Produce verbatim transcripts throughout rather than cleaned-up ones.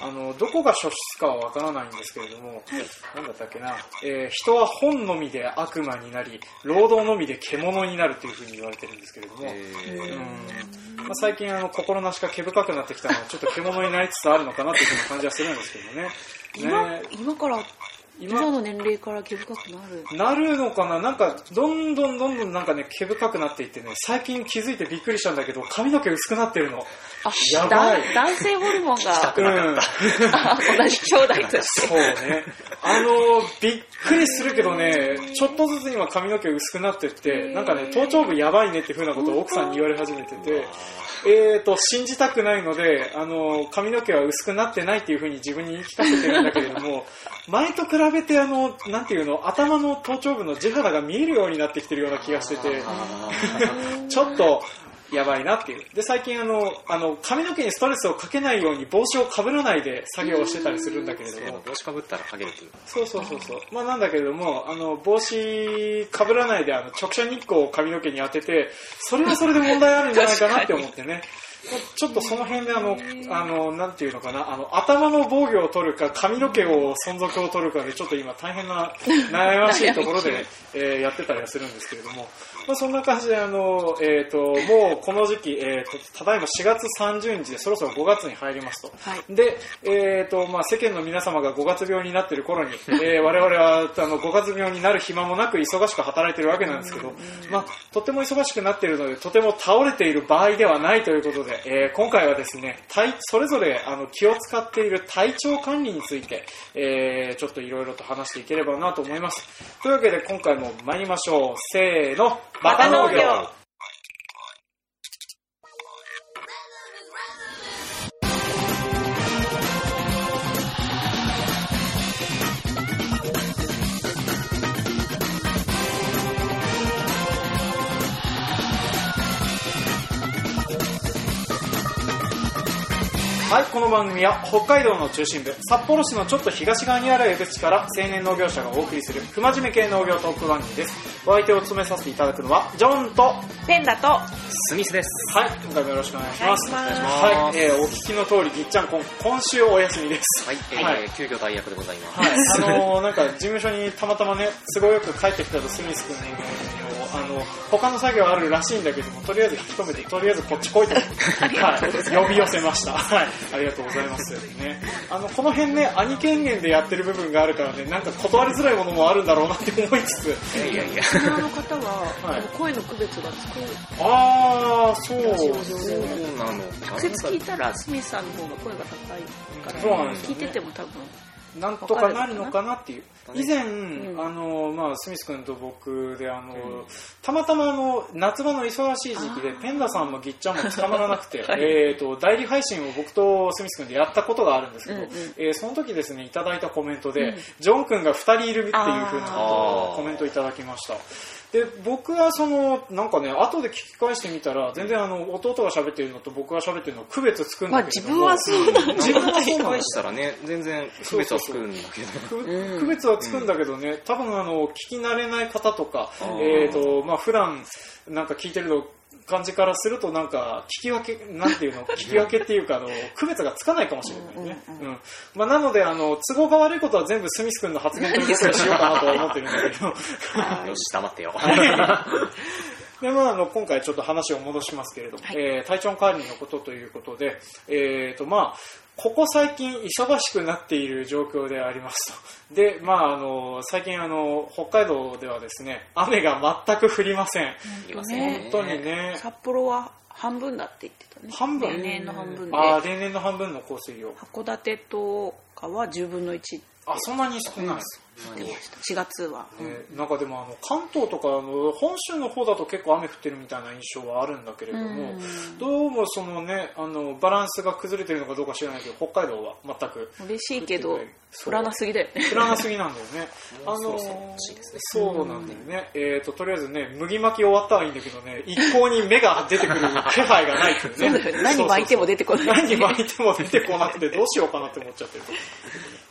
あのどこが書質かはわからないんですけれども、なんだったっけな、えー、人は本のみで悪魔になり労働のみで獣になるというふうに言われてるんですけれども、うんまあ、最近あの心なしか毛深くなってきたのはちょっと獣になりつつあるのかなというふうな感じはするんですけどね。 今, ね今から今, 今の年齢から毛深くなるなるのかな。なんかどんどんどんどんなんかね毛深くなっていってね、最近気づいてびっくりしたんだけど髪の毛薄くなってるの。 あ、 やばい。 男性ホルモンが、 うん、 あ同じ兄弟としてそうね。あのびっくりするけどね、ちょっとずつ今髪の毛薄くなってってなんかね頭頂部やばいねっていう風なことを奥さんに言われ始めてて、えーと信じたくないのであの髪の毛は薄くなってないっていう風に自分に言い聞かせてるんだけれども前と比べてあのなんていうの頭の頭頂部の地肌が見えるようになってきてるような気がしててちょっとやばいなっていう。で最近あのあの髪の毛にストレスをかけないように帽子をかぶらないで作業をしてたりするんだけれども、 帽子かぶったらかげるという。 そうそうそうそう。まあなんだけれどもあの帽子かぶらないであの直射日光を髪の毛に当ててそれはそれで問題あるんじゃないかなって思ってね。ちょっとその辺であのあのなんていうのかなあの頭の防御を取るか髪の毛を存続を取るかでちょっと今大変な悩ましいところで、えー、やってたりはするんですけれども、まあ、そんな感じであの、えー、ともうこの時期、えー、とただいましがつさんじゅうにちでそろそろごがつに入りますと、はい、で、えーとまあ、世間の皆様がごがつ病になっている頃に、えー、我々はあのごがつ病になる暇もなく忙しく働いているわけなんですけど、まあ、とても忙しくなっているのでとても倒れている場合ではないということで、えー、今回はですね体それぞれあの気を使っている体調管理について、えー、ちょっといろいろと話していければなと思います。というわけで今回も参りましょう。せーの、バカ農業。はい、この番組は北海道の中心部札幌市のちょっと東側にある江別市から青年農業者がお送りする不真面目系農業トーク番組です。お相手を務めさせていただくのはジョンとペンダとスミスです。 はい、今回もよろしくお願いします。 お願いします。 はい、えー、お聞きの通りぎっちゃん今今週お休みです。 はい、えーはい、急遽代役でございます。 はい、あのー、なんか事務所にたまたまね都合よく帰ってきたとスミス君のあの他の作業あるらしいんだけどもとりあえず引き止めてとりあえずこっち来いと、はい、呼び寄せました。はい、ありがとうございますね。あのこの辺ね兄権限でやってる部分があるからねなんか断りづらいものもあるんだろうなって思いつつ、 いやいやいや大人の方は、はい、声の区別がつく。 ああそうそうなの。 直接聞いたらスミスさんの方が声が高いから、 そうなんですよね、 聞いてても多分なんとかなるのかなっていう。以前、 うん、 あのまあ、スミス君と僕であの、うん、たまたまあの夏場の忙しい時期でペンダさんもギッチャンも捕まらなくて、はい、えー、と代理配信を僕とスミス君でやったことがあるんですけど、うんうん、えー、その時ですねいただいたコメントで、うん、ジョン君がふたりいるっていう風なことをコメントいただきました。で僕はそのなんかね後で聞き返してみたら全然あの弟が喋ってるのと僕が喋ってるの区別つくんだけども、 まあ、自分はそうなんだ。 自分はそう返したらね全然区別はつくんだけどそうそうそう、うん、区別はつくんだけどね、多分あの聞き慣れない方とか、えーとまあ、普段なんか聞いてるの感じからするとなんか聞き分けなんていうの聞き分けっていうかあの区別がつかないかもしれないね。うん、まあ、なのであの都合が悪いことは全部スミス君の発言ということにしようかなと思ってるんだけどよし黙ってよでまあ、あの今回ちょっと話を戻しますけれども、はい、えー、体調管理のことということで、えーとまあ、ここ最近忙しくなっている状況でありますと。で、まあ、あの最近あの北海道ではですね雨が全く降りません。本当にね。 札幌は半分だって言ってたね。 半分。 例年の半分で。 ああ、例年の半分の降水量。 函館とかはじゅうぶんのいち。 あ、そんなに少ない。 しがつは、 えー、なんかでもあの関東とかの本州の方だと結構雨降ってるみたいな印象はあるんだけれども、うん、どうもそのねあのバランスが崩れてるのかどうか知らないけど北海道は全く嬉しいけど降らなすぎだよね。 降らなすぎなんだよね。あのー、そうなんだよね。うん、えーととりあえずね麦巻き終わったらいいんだけどね一向に芽が出てくる気配がないっていうね。 そうだよね。何巻いても出てこない。 何巻いても出てこなくてどうしようかなって思っちゃってる。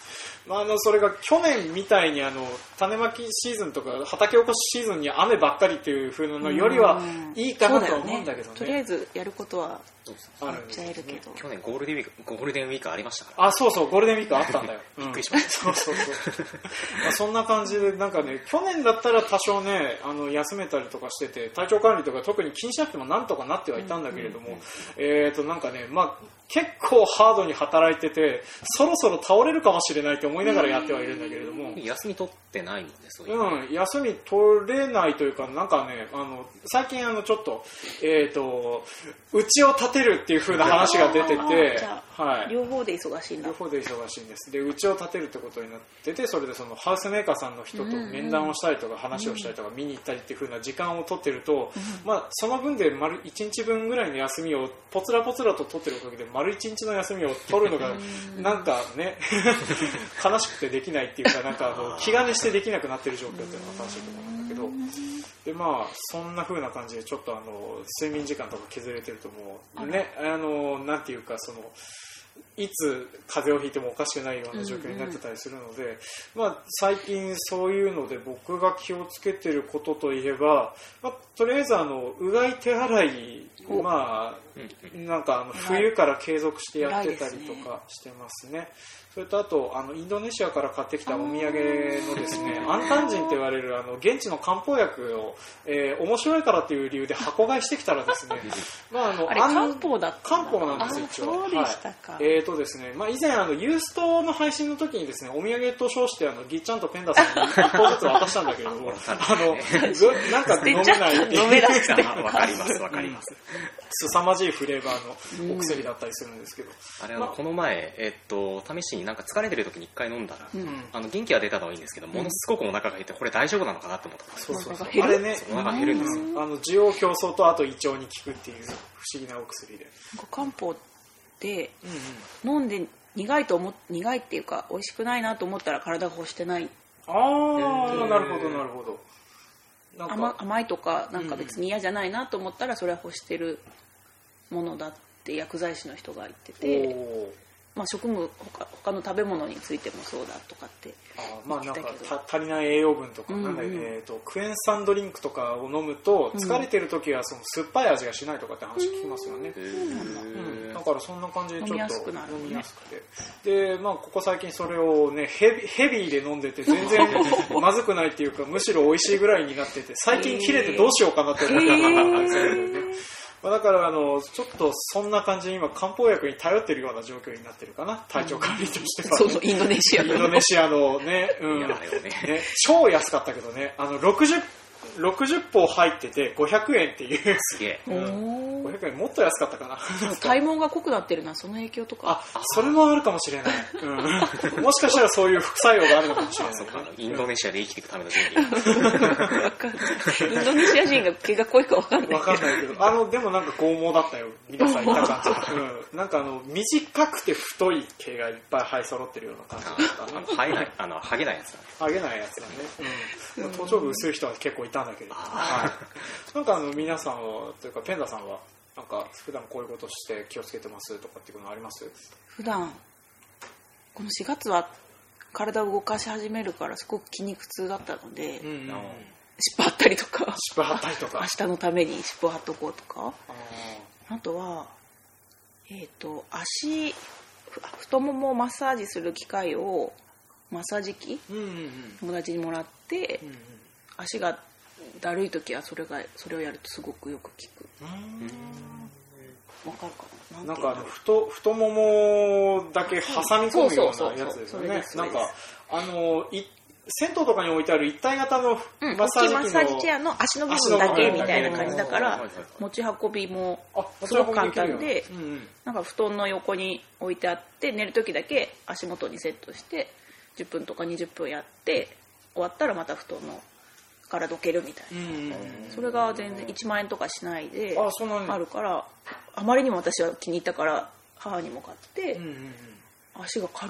まあ、あのそれが去年みたいにあの種まきシーズンとか畑起こしシーズンに雨ばっかりっていう風なのよりはいいかなとは思うんだけど ね, ねとりあえずやることはあやっちゃえるけど、 去年ゴールデンウィークゴールデンウィークありましたから、 あ、そうそう、ゴールデンウィークあったんだよ。 びっくりしました、 うん、そうそうそうまあそんな感じでなんかね、去年だったら多少ねあの休めたりとかしてて体調管理とか特に気にしなくてもなんとかなってはいたんだけれども、うんうんうん、えーとなんかね、まあ結構ハードに働いててそろそろ倒れるかもしれないと思いながらやってはいるんだけれども、 休み取ってないんで、そういう、 うん、休み取れないというか、なんかね、あの最近あのちょっとえーと家を建てるっていう風な話が出てて、 はい、両方で忙しいんだ。 両方で忙しいんです。で、家を建てるってことになってて、それでそのハウスメーカーさんの人と面談をしたりとか話をしたりとか見に行ったりっていう風な時間を取ってると、うん、まあその分で丸いちにちぶんぐらいの休みをポツラポツラと取ってるおかげで丸いちにちの休みを取るのがなんかね悲しくてできないっていうか、なんかあの気兼ねしてできなくなってる状況っていうのが正しいと思うんだけど、でまあそんな風な感じでちょっとあの睡眠時間とか削れてるともうね、あのなんていうかそのいつ風邪をひいてもおかしくないような状況になってたりするので、うんうん、まあ、最近そういうので僕が気をつけてることといえば、まあ、とりあえずあのうがい手洗い、まあ、なんかあの冬から継続してやってたりとかしてますね。それとあとあのインドネシアから買ってきたお土産のですね、アンタンジンと言われるあの現地の漢方薬を、えー、面白いからっていう理由で箱買いしてきたらですねまああのあれ漢方だった漢方なんですよ、一応。 そうでしたか。 はい、えーとですね、まあ、以前あのユーストの配信の時にですね、お土産と称してあのギッちゃんとペンダさんにいっぽんずつ渡したんだけれどもあのなんか飲めない飲めなくてわかりますわかります。 凄まじいフレーバーのお薬だったりするんですけど、 うん、あれはこの前、えっと、試しになんか疲れてる時にいっかい飲んだら、うん、あの元気は出たのはいいんですけど、ものすごくお腹が減ってこれ大丈夫なのかなって思った。 そうそうそう、あれね、 お腹減るんですよ。 あの需要競争とあと胃腸に効くっていう不思議なお薬で、 漢方って飲んで苦いと思苦いっていうか美味しくないなと思ったら体が欲してない。 ああ、なるほどなるほど。 なんか 甘, 甘いとかなんか別に嫌じゃないなと思ったらそれは欲してるものだって薬剤師の人が言ってて、まあ、食物 他, 他の食べ物についてもそうだとかって言ってたけど、あ、まあ、なんか足りない栄養分とか、うんうん、なんだえー、とクエン酸ドリンクとかを飲むと疲れてる時はその酸っぱい味がしないとかって話聞きますよね。うん、だからそんな感じでちょっと飲みやすくなる、ね、飲みやすくて、で、まあ、ここ最近それをねヘビ、ヘビーで飲んでて全然まずくないっていうかむしろ美味しいぐらいになってて最近切れてどうしようかなって思ってたんですよね。だからあのちょっとそんな感じで今漢方薬に頼ってるような状況になってるかな、体調管理としては、ね、 そうそう、インドネシアのインドネシアのね、うんね、超安かったけどね、あのろくじゅう、ろくじゅっぽう入っててごひゃくえんっていう、 すげえ、 うん、ごひゃくえんもっと安かったかな。 体毛が濃くなってるのはその影響とか、 あ、それもあるかもしれない、うん、もしかしたらそういう副作用があるのかもしれない。そうか、 インドネシアで生きていくための準備インドネシア人が毛が濃いか分かんないけど、 分かんないけど、あのでもなんか剛毛だったよ、皆さんいた感じ、うん、なんかあの短くて太い毛がいっぱい生え揃ってるような感じだったね。 生えない、あのハゲないやつだね。 ハゲないやつだね、うん、頭頂部薄い人は結構いたんだけど、はい、なんかあの皆さんはというかペンダさんはなんか普段こういうことして気をつけてますとかっていうのあります？ 普段このしがつは体を動かし始めるからすごく筋肉痛だったので、うんうん、湿布貼ったりとか湿布貼ったりとか明日のために湿布貼っとこうとか、 あ, あとはえっ、ー、と足太ももをマッサージする機械をマッサージ機、うんうんうん、友達にもらって、うんうん、足がだるい時はそれがそれをやるとすごくよく効く。うーん、わかるかな。 なんかあの 太, 太ももだけ挟み込むようなやつですよね。なんかあのい銭湯とかに置いてある一体型のマッサージ機の、うん、マッサージチェアの足の部分だけみたいな感じだから持ち運びもすごく簡単で、うんうん、なんか布団の横に置いてあって寝る時だけ足元にセットしてじゅっぷんとかにじゅっぷんやって終わったらまた布団のからどけるみたいな、うん、それが全然いちまんえんとかしないで あ, そうなんあるから、あまりにも私は気に入ったから母にも買って、うんうんうん、足が軽い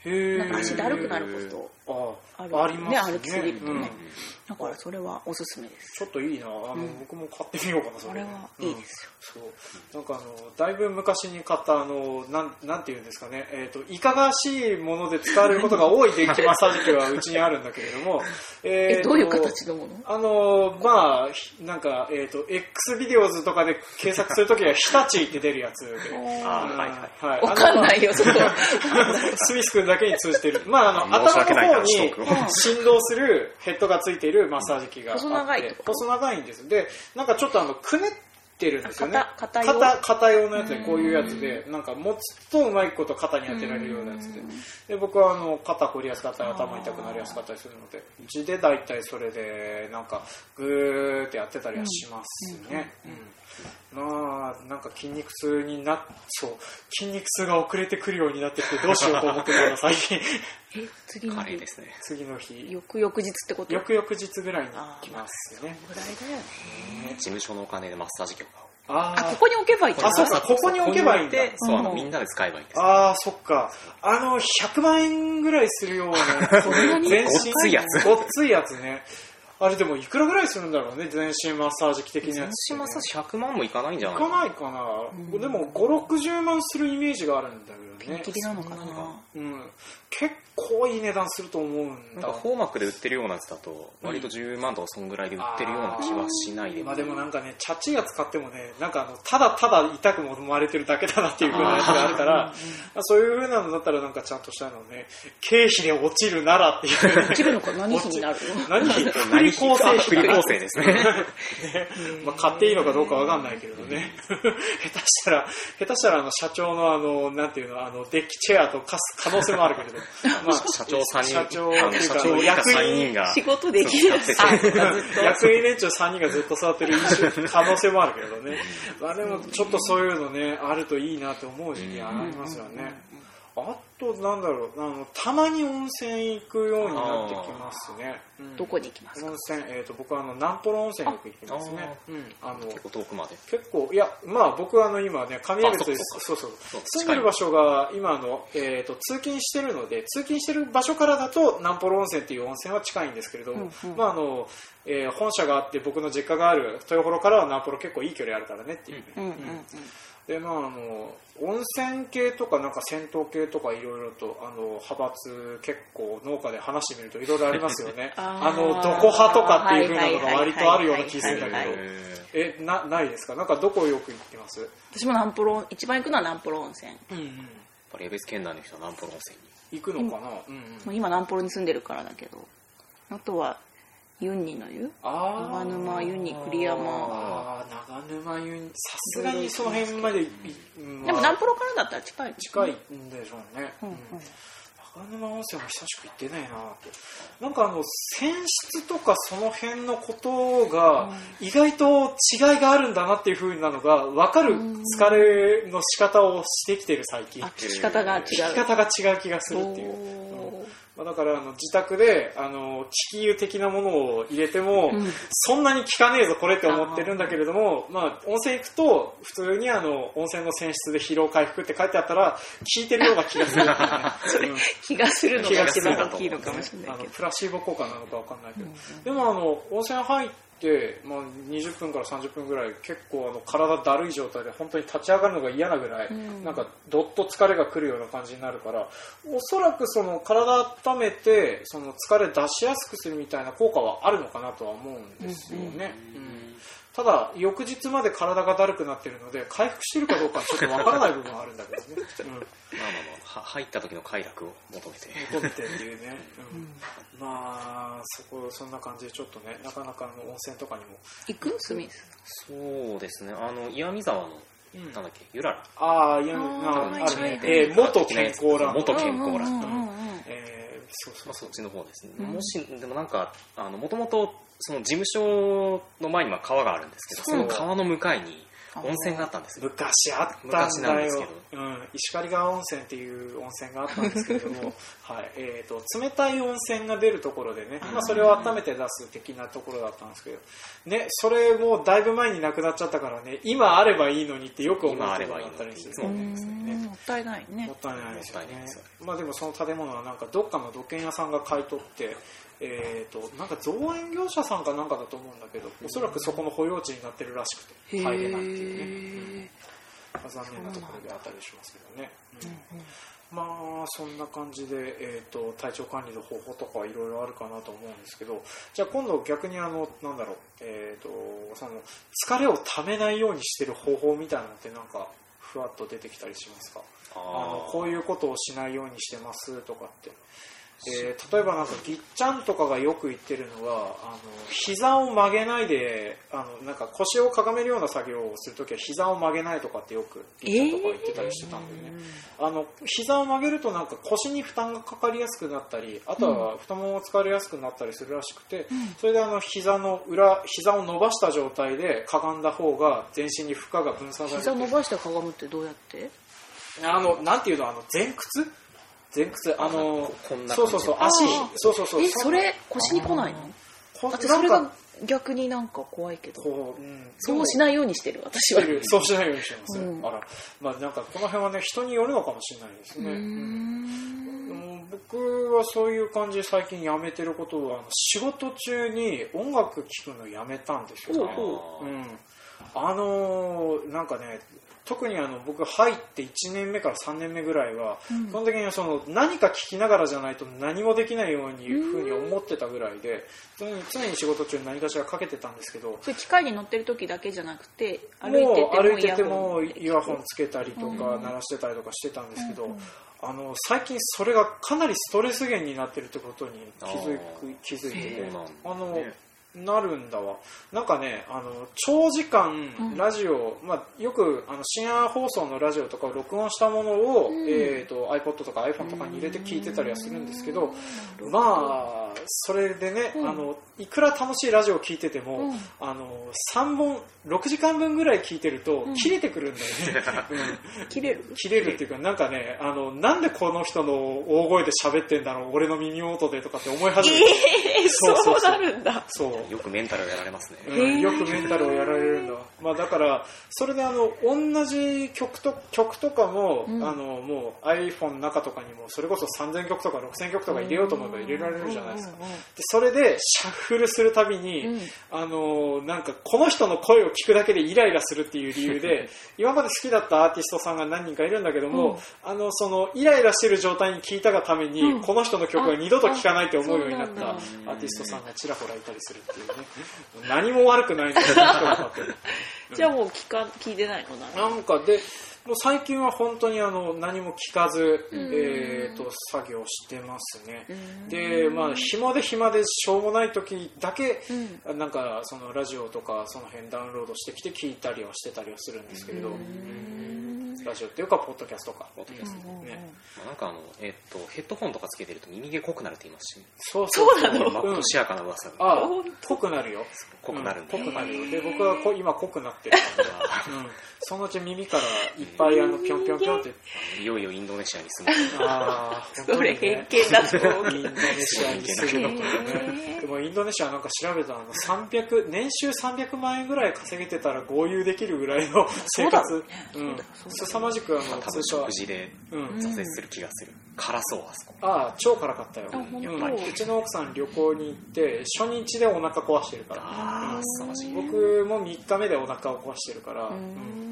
なんか足だるくなることある、 あありますね、 歩きすぎるとね、 うん、 だからそれはおすすめです。 ちょっといいなあの、うん、僕も買ってみようかなそれ。 あれはいいですよ、うん、そうなんかあのだいぶ昔に買ったあのなんなんていうんですかね、えーと、いかがわしいもので使われることが多い電気マッサージ機はうちにあるんだけれどもえー、どういう形のもの？ あのまあなんか、えーと、X ビデオズとかで検索するときは日立って出るやつであ、はいはいはい、 わかんないよそこスミス君だけに通じてる、まあ、あの頭の方に振動するヘッドがついているマッサージ機があって、 細長い細長いんです。でなんかちょっとあのくねってるんですよね。 肩用肩用のやつでこういうやつでなんか持つとうまいこと肩に当てられるようなやつで、で僕はあの肩こりやすかったり頭痛くなりやすかったりするのでうちでだいたいそれでなんかグーってやってたりはしますね、うんうんまあなんか筋肉痛になっそう筋肉痛が遅れてくるようになってきてどうしようと思ってたら最近え次の日ですね、 次の日翌々日ってこと？ 翌々日ぐらいに来ますよね。 ぐらいだよね。 事務所のお金でマッサージ機を買おう。 ああここに置けばいいんだ。 あそうかここに置けばいいんだ。 そうあのみんなで使えばいいんです。 ああそっかあのひゃくまんえんぐらいするような全身ごっついやつごっついやつね。あれでもいくらぐらいするんだろうね全身マッサージ機的なやつ、ね、 全身マッサージひゃくまんもいかないんじゃないかな。いかないかな、うん、でもごじゅうろくじゅうまんするイメージがあるんだけどね。 ピンキリなのかな、 うん、結構いい値段すると思うんだ。 なんかフォーマックで売ってるようなやつだと割とじゅうまんとかそんぐらいで売ってるような気はしないでも、 まあでもなんかねチャチいやつ買ってもねなんかあのただただ痛くも生まれてるだけだなっていう風なやつがあるからあそういう風なのだったらなんかちゃんとしたのね経費で落ちるならっていう落ちるのか何費になるの何費福利厚生福利厚生ですねね、 まあ、買っていいのかどうかわかんないけれどね下手したら下手したらあの社長のあのなんていうのあのデッキチェアと貸す可能性もあるけれどまあ社長さんにん社長あの社長役員が仕事できる役員連中さんにんがずっと座ってる可能性もあるけれどねまあでもちょっとそういうのねあるといいなって思う時期ありますよね。あとなんだろうあのたまに温泉行くようになってきますね、うん、 どこに行きますか？ 温泉、えー、と僕はあの南幌温泉よく行きますね。うん、あの結構遠くまで結構いやまあ僕はあの今ね上江別でそうそう住んでる場所が今の、えー、と通勤してるので通勤してる場所からだと南幌温泉っていう温泉は近いんですけれども、うんうん、まああのえー、本社があって僕の実家がある豊幌からは南幌結構いい距離あるからねっていうね、うんうんうんでまあ、あの温泉系とかなんか銭湯系とかいろいろとあの派閥結構農家で話してみるといろいろありますよねあのどこ派とかっていう風なのが割とあるような気がするんだけどえなないですか？なんかどこよく行ってます？ 私も南幌一番行くのは南幌温泉、 うんうん、やっぱり江別県内の人は南幌温泉に行くのかな、 うんうん、今南幌に住んでるからだけどあとはユンニの湯長沼ユンニ栗山あ長沼ユンニさすがにその辺まで、 うん、でも南幌からだったら近い、ね、 近いんでしょうね、うんうん、長沼温泉は久しく行ってないなってなんかあの泉質とかその辺のことが意外と違いがあるんだなっていう風なのが分かる疲れの仕方をしてきてる最近。 あ聞き方が違う聞き方が違う気がするっていう、まあ、だからあの自宅であの気球的なものを入れても、うん、そんなに効かねえぞこれって思ってるんだけれども、まあ、温泉行くと普通にあの温泉の泉質で疲労回復って書いてあったら効いてるような気がする、ねそれ、うん、気がするのが一番大きいのかもしれないけどプラシーボ効果なのか分かんないけど、うんうん、でもあの温泉入ってでまあ、にじゅっぷんからさんじゅっぷんぐらい結構あの体だるい状態で本当に立ち上がるのが嫌なぐらい、うん、なんかどっと疲れが来るような感じになるからおそらくその体温めてその疲れ出しやすくするみたいな効果はあるのかなとは思うんですよね、うんうんうん、ただ翌日まで体がだるくなっているので回復してるかどうかはちょっとわからない部分はあるんだけどね、うん、まあまあまあ入った時の快楽を求めて求めてっていうね、うんうん、まあそこそんな感じでちょっとねなかなかの温泉とかにも行くスミスそうですねあの岩見沢の、うん、なんだっけゆららああ岩見沢あるね、えー、元健康ランド元健康ランドそうそうそっちの方ですね、うん、もしでもなんかもともとその事務所の前には川があるんですけど、うん、その川の向かいに温泉があったんですよ。 昔あったんだよ。うん、石狩川温泉っていう温泉があったんですけれども、はい、えーと、冷たい温泉が出るところでね、まあ、それを温めて出す的なところだったんですけど、ね、それもだいぶ前になくなっちゃったからね、今あればいいのにってよく思ってもらったりして、 ね、もったいないね。 もったいないですよね。まあでもその建物はなんかどっかの土建屋さんが買い取って、えーと、なんか造園業者さんかなんかだと思うんだけど、おそらくそこの保養地になってるらしくて入れないっていうね、まあ、残念なところであったりしますけどね、うんうん、まあそんな感じで、えーと、体調管理の方法とかはいろいろあるかなと思うんですけど、じゃあ今度逆にあのなんだろう、えーと、その疲れをためないようにしてる方法みたいなのってなんかふわっと出てきたりしますか？あのこういうことをしないようにしてますとかって。えー、例えばなんかぎっちゃんとかがよく言ってるのは、あの膝を曲げないで、あのなんか腰をかがめるような作業をするときは膝を曲げないとかってよくぎっちゃんとか言ってたりしてたんでね、えー、あの膝を曲げるとなんか腰に負担がかかりやすくなったり、あとは太ももを疲れやすくなったりするらしくて、うん、それであの膝の裏、膝を伸ばした状態でかがんだ方が全身に負荷が分散されて、 膝伸ばしてかがむってどうやって？ あのなんていうの、あの前屈前屈、あのそうそうそう、足、そうそうそう、 え、それ腰に来ないの？だってそれが逆になんか怖いけど、こう、うん、そうしないようにしてる私は。 そうしないようにしてます、うん、あら、まあなんかこの辺はね人によるのかもしれないですね。うん、僕はそういう感じで最近やめてることは、あの仕事中に音楽聴くのやめたんですよね。うん、あのー、なんかね。特にあの僕入っていちねんめからさんねんめぐらいは、うん、基本的にその何か聞きながらじゃないと何もできないようにふうに思ってたぐらいで、常に常に仕事中に何かしらかけてたんですけど、 それ機械に乗ってる時だけじゃなくて歩いてても歩いててもイヤホンつけたりとか鳴らしてたりとかしてたんですけど、うんうん、あの最近それがかなりストレス源になってるってことに気づく気づいてて、あのなるんだわ。なんかね、あの長時間ラジオ、うん、まあ、よくあの深夜放送のラジオとかを録音したものを、うん、えーと、iPod とか iPhone とかに入れて聞いてたりはするんですけど、うん、まあそれでね、うん、あのいくら楽しいラジオを聞いてても、うん、あのさんぼんろくじかんぶんぐらい聞いてると、うん、切れてくるんだよね。 うん、切れる切れるっていうか、なんかね、あのなんでこの人の大声で喋ってんだろう、俺の耳元でとかって思い始めて、 えー、そうそうそう、そうなるんだ。 そうよくメンタルをやられますね。 うん、よくメンタルをやられるんだ。まあだからそれであの同じ曲と曲とかも、うん、あのもう iPhone の中とかにもそれこそさんぜんきょくとかろくせんきょくとか入れようと思えば入れられるじゃないですか。でそれでシャッフルするたびに、うん、あのなんかこの人の声を聞くだけでイライラするっていう理由で今まで好きだったアーティストさんが何人かいるんだけども、うん、あのそのイライラしてる状態に聞いたがために、うん、この人の曲が二度と聴かないって思うようになったアーティストさんがちらほらいたりするっていうね。何も悪くないんだけどじゃあもう聞か聞いてないのな。 なんかでもう最近は本当にあの何も聞かず、えー、と作業してますね。でまあ暇で暇でしょうもない時だけ、うん、なんかそのラジオとかその辺ダウンロードしてきて聞いたりはしてたりはするんですけれど、ラジオっていうかポッドキャストかポッドキャストね。 まあ、なんかあのえっ、ー、とヘッドホンとかつけてると耳毛濃くなるって言いますし、 そうそうそうなの。マットシアカな噂が、 うん、あ濃くなるよ。 濃くなるんで、 うん、濃くなるよ。で僕はこ今濃くなってるから、うん、そのうち耳からいっぱいあのピョンピョンピョンっていよいよインドネシアに住む。 ああ、それ偏見だと思う。 インドネシアに住むのとね。でもインドネシアなんか調べたらあのさんびゃく年収さんびゃくまんえんぐらい稼げてたら豪遊できるぐらいの生活。ううん。凄まじくあの多分食事で挫折する気がする。うん、辛そうあそこ。 ああ超辛かったよ。 うん、 やっぱりうちの奥さん旅行に行って初日でお腹壊してるから。 ああ凄まじい。 僕もみっかめでお腹を壊してるから。うん、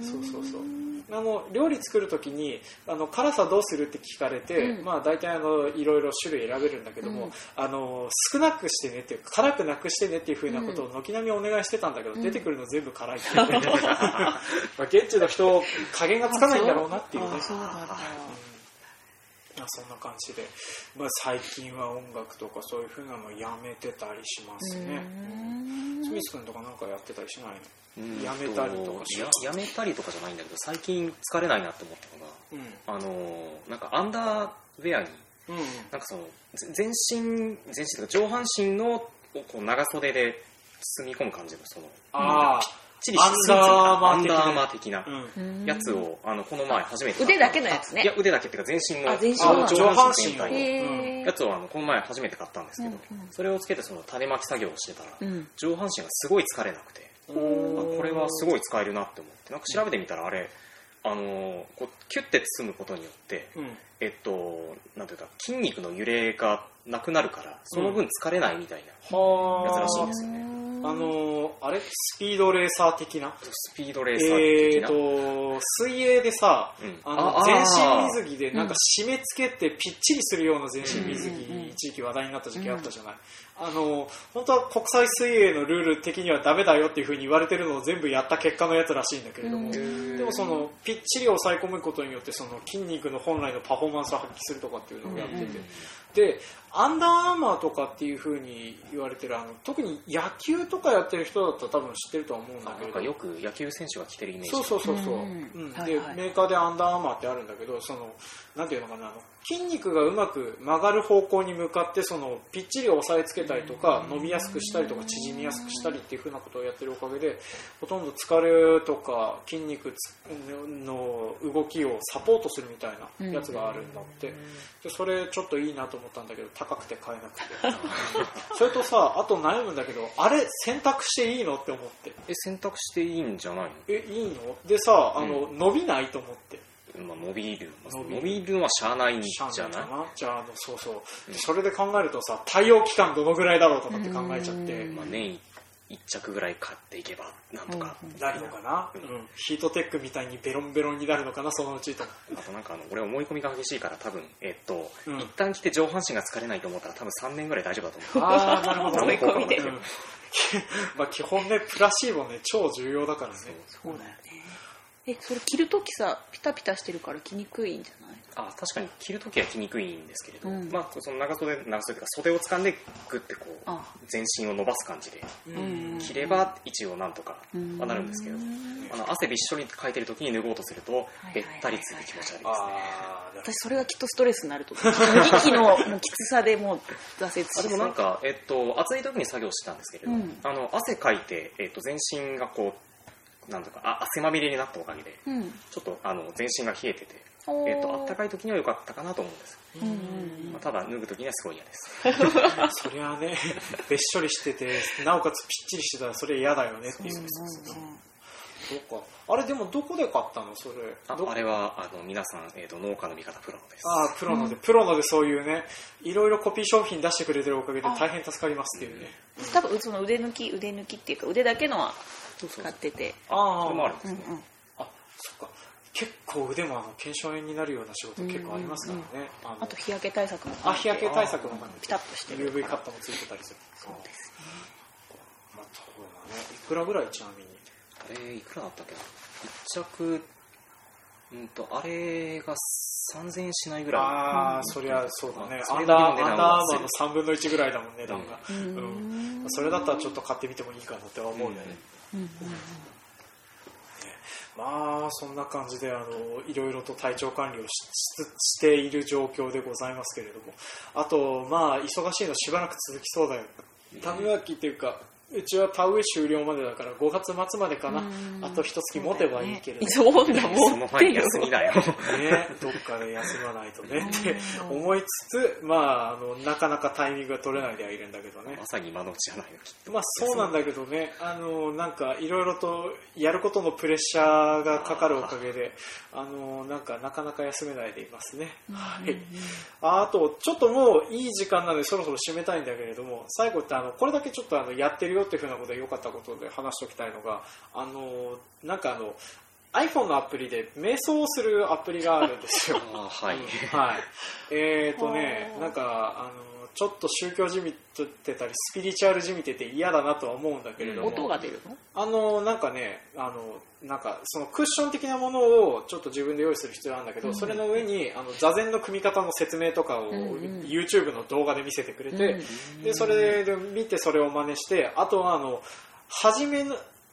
そうそうそう。あの料理作るときにあの辛さどうするって聞かれて、うん、まあ大体あのいろいろ種類選べるんだけども、うん、あの少なくしてねっていう辛くなくしてねっていう風なことを軒並みお願いしてたんだけど、うん、出てくるの全部辛いって言って、まあ現地の人加減がつかないんだろうなっていうね。 そうなんだ。 まあ、そんな感じで、まあ、最近は音楽とかそういう風なのやめてたりしますね。スミス君とかなんかやってたりしないの？やめたりとかしややめたりとかじゃないんだけど最近疲れないなって思ったのが、うん、あのなんかアンダーウェアに、うん、なんかその全身全身というか上半身のこう長袖で包み込む感じのそのあちりしたスーツアンダーアーマー的なやつを、 あのこの前初めて腕だけのやつね。 いや腕だけっていうか全身の上半身全体のやつをあのこの前初めて買ったんですけど、それをつけてその種まき作業をしてたら、上半身がすごい疲れなくて、あこれはすごい使えるなって思って、なんか調べてみたらあれあのこうキュッて包むことによって、うん、えっとなんていうか筋肉の揺れがなくなるからその分疲れないみたいなやつらしいんですよね。 うん、あのあれスピードレーサー的なスピードレーサー的な、 えー、と水泳でさ、うん、あの全身水着でなんか締め付けてぴっちりするような全身水着、うん、一時期話題になった時期あったじゃない、うん、あの本当は国際水泳のルール的にはダメだよっていう風に言われてるのを全部やった結果のやつらしいんだけれども、うん、でもそのぴっちり抑え込むことによってその筋肉の本来のパフォーマンスを発揮するとかっていうのをやってて、うん、でアンダーアーマーとかっていう風に言われてるあの特に野球とかやってる人だったら多分知ってるとは思うんだけど、 なんかよく野球選手が着てるイメージ。 そうそうそうそう、うんうん、で、はいはい、メーカーでアンダーアーマーってあるんだけど、そのなんていうのかな、あの筋肉がうまく曲がる方向に向かってそのぴっちり押さえつけたりとか伸びやすくしたりとか縮みやすくしたりっていう風なことをやってるおかげでほとんど疲れとか筋肉の動きをサポートするみたいなやつがあるんだって、でそれちょっといいなと思ったんだけど高くて買えなくてそれとさ、あと悩むんだけど、あれ選択していいのって思って。 え選択していいんじゃないの？ えいいのでさ、あの、うん、伸びないと思って。 まあ、伸びる伸びるのはしゃあないんじゃない？ じゃあ、あのそうそう、うん、それで考えるとさ、対応期間どのぐらいだろうとかって考えちゃって、 まあ、年一着ぐらい買っていけばなんとかなるのかな、うんうん、ヒートテックみたいにベロンベロンになるのかなそのうちと。 あとなんかあの俺思い込みが激しいから多分えっと、うん、一旦着て上半身が疲れないと思ったら多分さんねんぐらい大丈夫だと思う。 ああなるほど思い込みで、うん、 まあ基本ねプラシーボね超重要だからね。 そうだよね。えそれ着るときさピタピタしてるから着にくいんじゃない？ あ確かに着るときは着にくいんですけれど、うん、まあその長袖長袖というか袖を掴んでグッてこう全身を伸ばす感じで着れば一応なんとかはなるんですけど、あの汗びっしょりかいてるときに脱ごうとするとべったりついて気持ち悪いですね。 私それがきっとストレスになると思う。息のきつさでもう挫折しあでもなんか、えっと、暑いときに作業してたんですけれど、うん、あの汗かいて、えっと、全身がこうなんとかあ汗まみれになったおかげで、うん、ちょっとあの全身が冷えてて、えー、と暖かい時には良かったかなと思うんです、うんうんまあ、ただ脱ぐ時にはすごい嫌ですそりゃねべっしょりしててなおかつぴっちりしてたらそれ嫌だよねっていう。そうか。あれでもどこで買ったのそれ？ あ, あれはあの皆さん、えー、と農家の味方プロノです。 あプロノで、うん、プロノでそういうねいろいろコピー商品出してくれてるおかげで大変助かりますっていうね、 うん、多分その腕抜き腕抜きっていうか腕だけのは使ってて、 ああそれもあるんですね、 うんうん、あそっか。結構腕もあの腱鞘炎になるような仕事結構ありますからね、うんうんうん、 あ, あと日焼け対策もあ日焼け対策もピタッとしてるユーブイ カットもついてたりする。 そうですね。 まあそうだね。いくらぐらいちなみにあれいくらだったっけな一着うんとあれがさんぜんえんしないぐらい。 ああ、うん、そりゃそうだね。アンダーアンダーアーマーのさんぶんのいちぐらいだもんね値段が、うんうん、それだったらちょっと買ってみてもいいかなって思うよね、うんうんうんまあそんな感じであのいろいろと体調管理を し, している状況でございますけれども、あとまあ忙しいのしばらく続きそうだよ。種まきっていうかうちは田植え終了までだからごがつまつまでかな。あと一月持てばいいけれど、 そうだね、 その前に休みだよね。 どっかで休まないとねって思いつつ、まあ、あのなかなかタイミングが取れないではいるんだけどね。 まさに今のうちじゃないのきっと。 まあそうなんだけどね、あのなんかいろいろとやることのプレッシャーがかかるおかげで、あのなんかなかなか休めないでいますね。はい。あとちょっともういい時間なのでそろそろ締めたいんだけれども、最後ってあのこれだけちょっとあのやってるよっていうふうなことで良かったことで話しておきたいのが、あのなんかあの iPhone のアプリで瞑想をするアプリがあるんですよ。 あ、はい、 はい、えーとねなんかあのちょっと宗教じみてたりスピリチュアルじみてて嫌だなとは思うんだけれども、 音が出るの？ あのなんかねあのなんかそのクッション的なものをちょっと自分で用意する必要なんだけど、うん、それの上にあの座禅の組み方の説明とかを YouTube の動画で見せてくれて、うん、でそれで見てそれを真似して、あとはあの初めの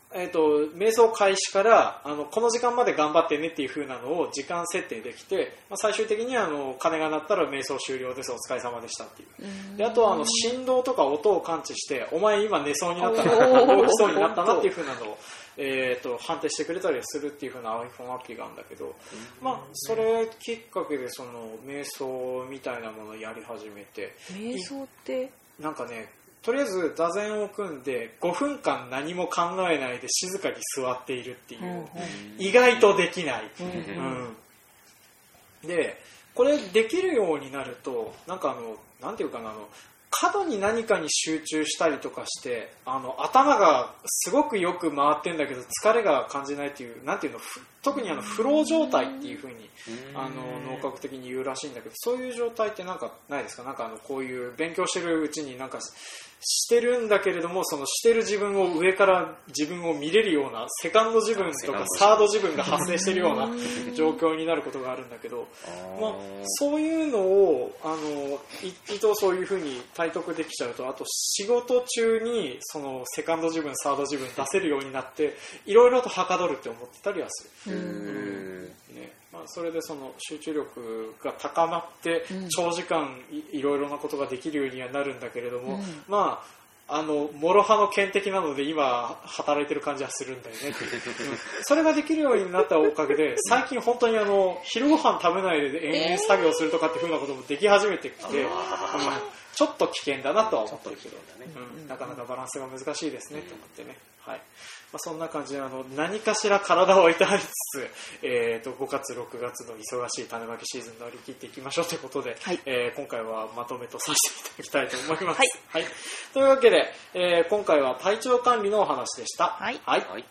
えー、と瞑想開始からあのこの時間まで頑張ってねっていう風なのを時間設定できて、まあ、最終的にあの鐘が鳴ったら瞑想終了です、お疲れ様でしたっていう。であとはあの振動とか音を感知して、お前今寝そうになったな、動きそうになったなっていう風なのを、えー、と判定してくれたりするっていう風な iPhone アプリがあるんだけど、まあ、それきっかけでその瞑想みたいなものをやり始めて。 瞑想ってなんかね、とりあえず座禅を組んでごふんかん何も考えないで静かに座っているっていう、うんうん、意外とできない、うんうん、でこれできるようになるとなんかあのなんていうかな、あの過度に何かに集中したりとかして、あの頭がすごくよく回ってるんだけど疲れが感じないっていう、なんていうの、特にあのフロー状態っていう風にあの脳科学的に言うらしいんだけど、そういう状態ってなんかないですか？なんかあのこういう勉強してるうちになんかしてるんだけれども、そのしてる自分を上から自分を見れるようなセカンド自分とかサード自分が発生してるような状況になることがあるんだけど、まあ、そういうのをあの一度そういう風に体得できちゃうと、あと仕事中にそのセカンド自分サード自分出せるようになっていろいろとはかどるって思ってたりはする。うんね、まあ、それでその集中力が高まって長時間 い, いろいろなことができるようにはなるんだけれども、うん、まああの諸刃の剣的なので今働いてる感じはするんだよねっていう、うん、それができるようになったおかげで最近本当にあの昼ご飯食べないで延々作業するとかっていうふうなこともでき始めてきて、えーちょっと危険だなとは思ってるけど、ねうん、なかなかバランスが難しいですねと思ってね、はいまあ、そんな感じであの何かしら体を痛めつつ、えー、とごがつろくがつの忙しい種まきシーズン乗り切っていきましょうということで、はいえー、今回はまとめとさせていただきたいと思います、はいはい、というわけで、えー、今回は体調管理のお話でした。はい、はいはい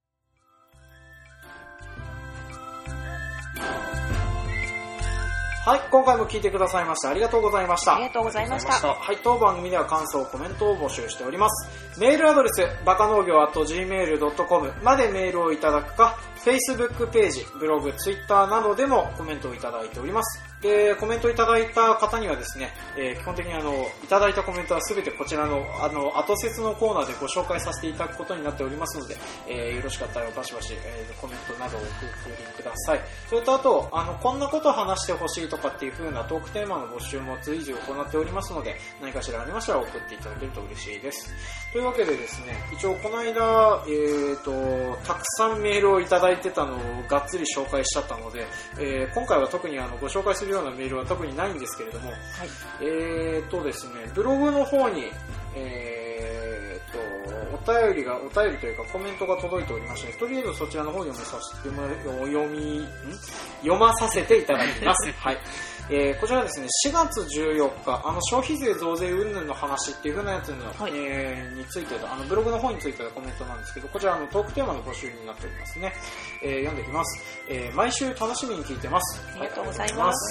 はい、今回も聞いてくださいましてありがとうございました。 ありがとうございました。 はい、当番組では感想、コメントを募集しております。メールアドレス、バカ農業 アットジーメールドットコム までメールをいただくか、Facebook ページ、ブログ、Twitter などでもコメントをいただいております。で、コメントいただいた方にはですね、えー、基本的にあの、いただいたコメントはすべてこちらの、あの、後説のコーナーでご紹介させていただくことになっておりますので、えー、よろしかったらバシバシ、えー、コメントなどをお送りください。それとあと、あの、こんなことを話してほしいとかっていう風なトークテーマの募集も随時行っておりますので、何かしらありましたら送っていただけると嬉しいです。というわけでですね、一応この間、えーと、たくさんメールをいただいてたのをがっつり紹介しちゃったので、えー、今回は特にあのご紹介するようなメールは特にないんですけれども、はい、えーとですね、ブログの方に、えーと、お便りが、お便りというかコメントが届いておりまして、とりあえずそちらの方を読みさせて、読み、ん読まさせていただきます。はい。えー、こちらですね、しがつじゅうよっか、あの消費税増税云々の話っていう風なやつの、はい、えー、についてあのブログの方についてのコメントなんですけど、こちらあのトークテーマの募集になっておりますね。えー、読んでいきます。えー、毎週楽しみに聞いてます。 ありがとうございます。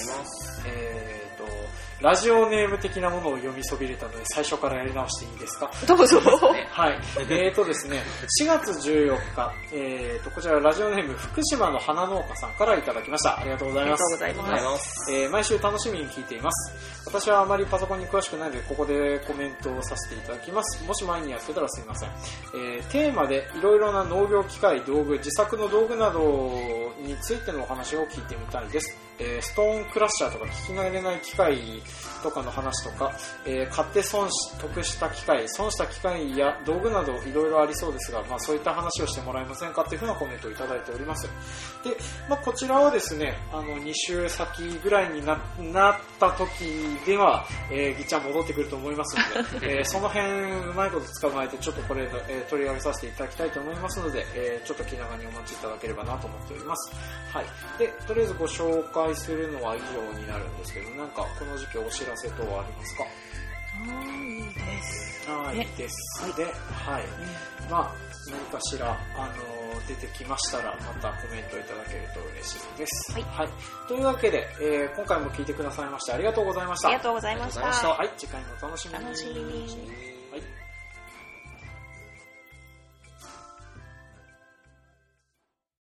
えーと、ラジオネーム的なものを読みそびれたので最初からやり直していいですか？ どうぞ。 はい。えーとですね、しがつじゅうよっか、えーと、こちらラジオネーム福島の花農家さんからいただきました。ありがとうございます。 ありがとうございます。 えー、毎週楽しみに聞いています。私はあまりパソコンに詳しくないので、ここでコメントをさせていただきます。もし前にやってたらすいません。えー、テーマでいろいろな農業機械、道具、自作の道具などについてのお話を聞いてみたいです。えー、ストーンクラッシャーとか聞き慣れない機械とかの話とか、えー、買って損し得した機械、損した機械や道具などいろいろありそうですが、まあ、そういった話をしてもらえませんかっていうふうなコメントをいただいております。で、まあ、こちらはですね、あのに週先ぐらいに な, なった時では、えー、ぎっちゃん戻ってくると思いますので、えー、その辺うまいこと捕まえてちょっとこれ、えー、取り上げさせていただきたいと思いますので、えー、ちょっと気長にお待ちいただければなと思っております。はい。で、とりあえずご紹介するのは以上になるんですけど、なんかこの時期お知らせ等はありますか？ はいいです。 はいです。はい、で、はい。うん、まあ何かしらあの出てきましたらまたコメントいただけると嬉しいです。はい。はい、というわけで、えー、今回も聞いてくださいましてありがとうございました。 ありがとうございました。 はい。次回もお楽しみに。 楽しみに。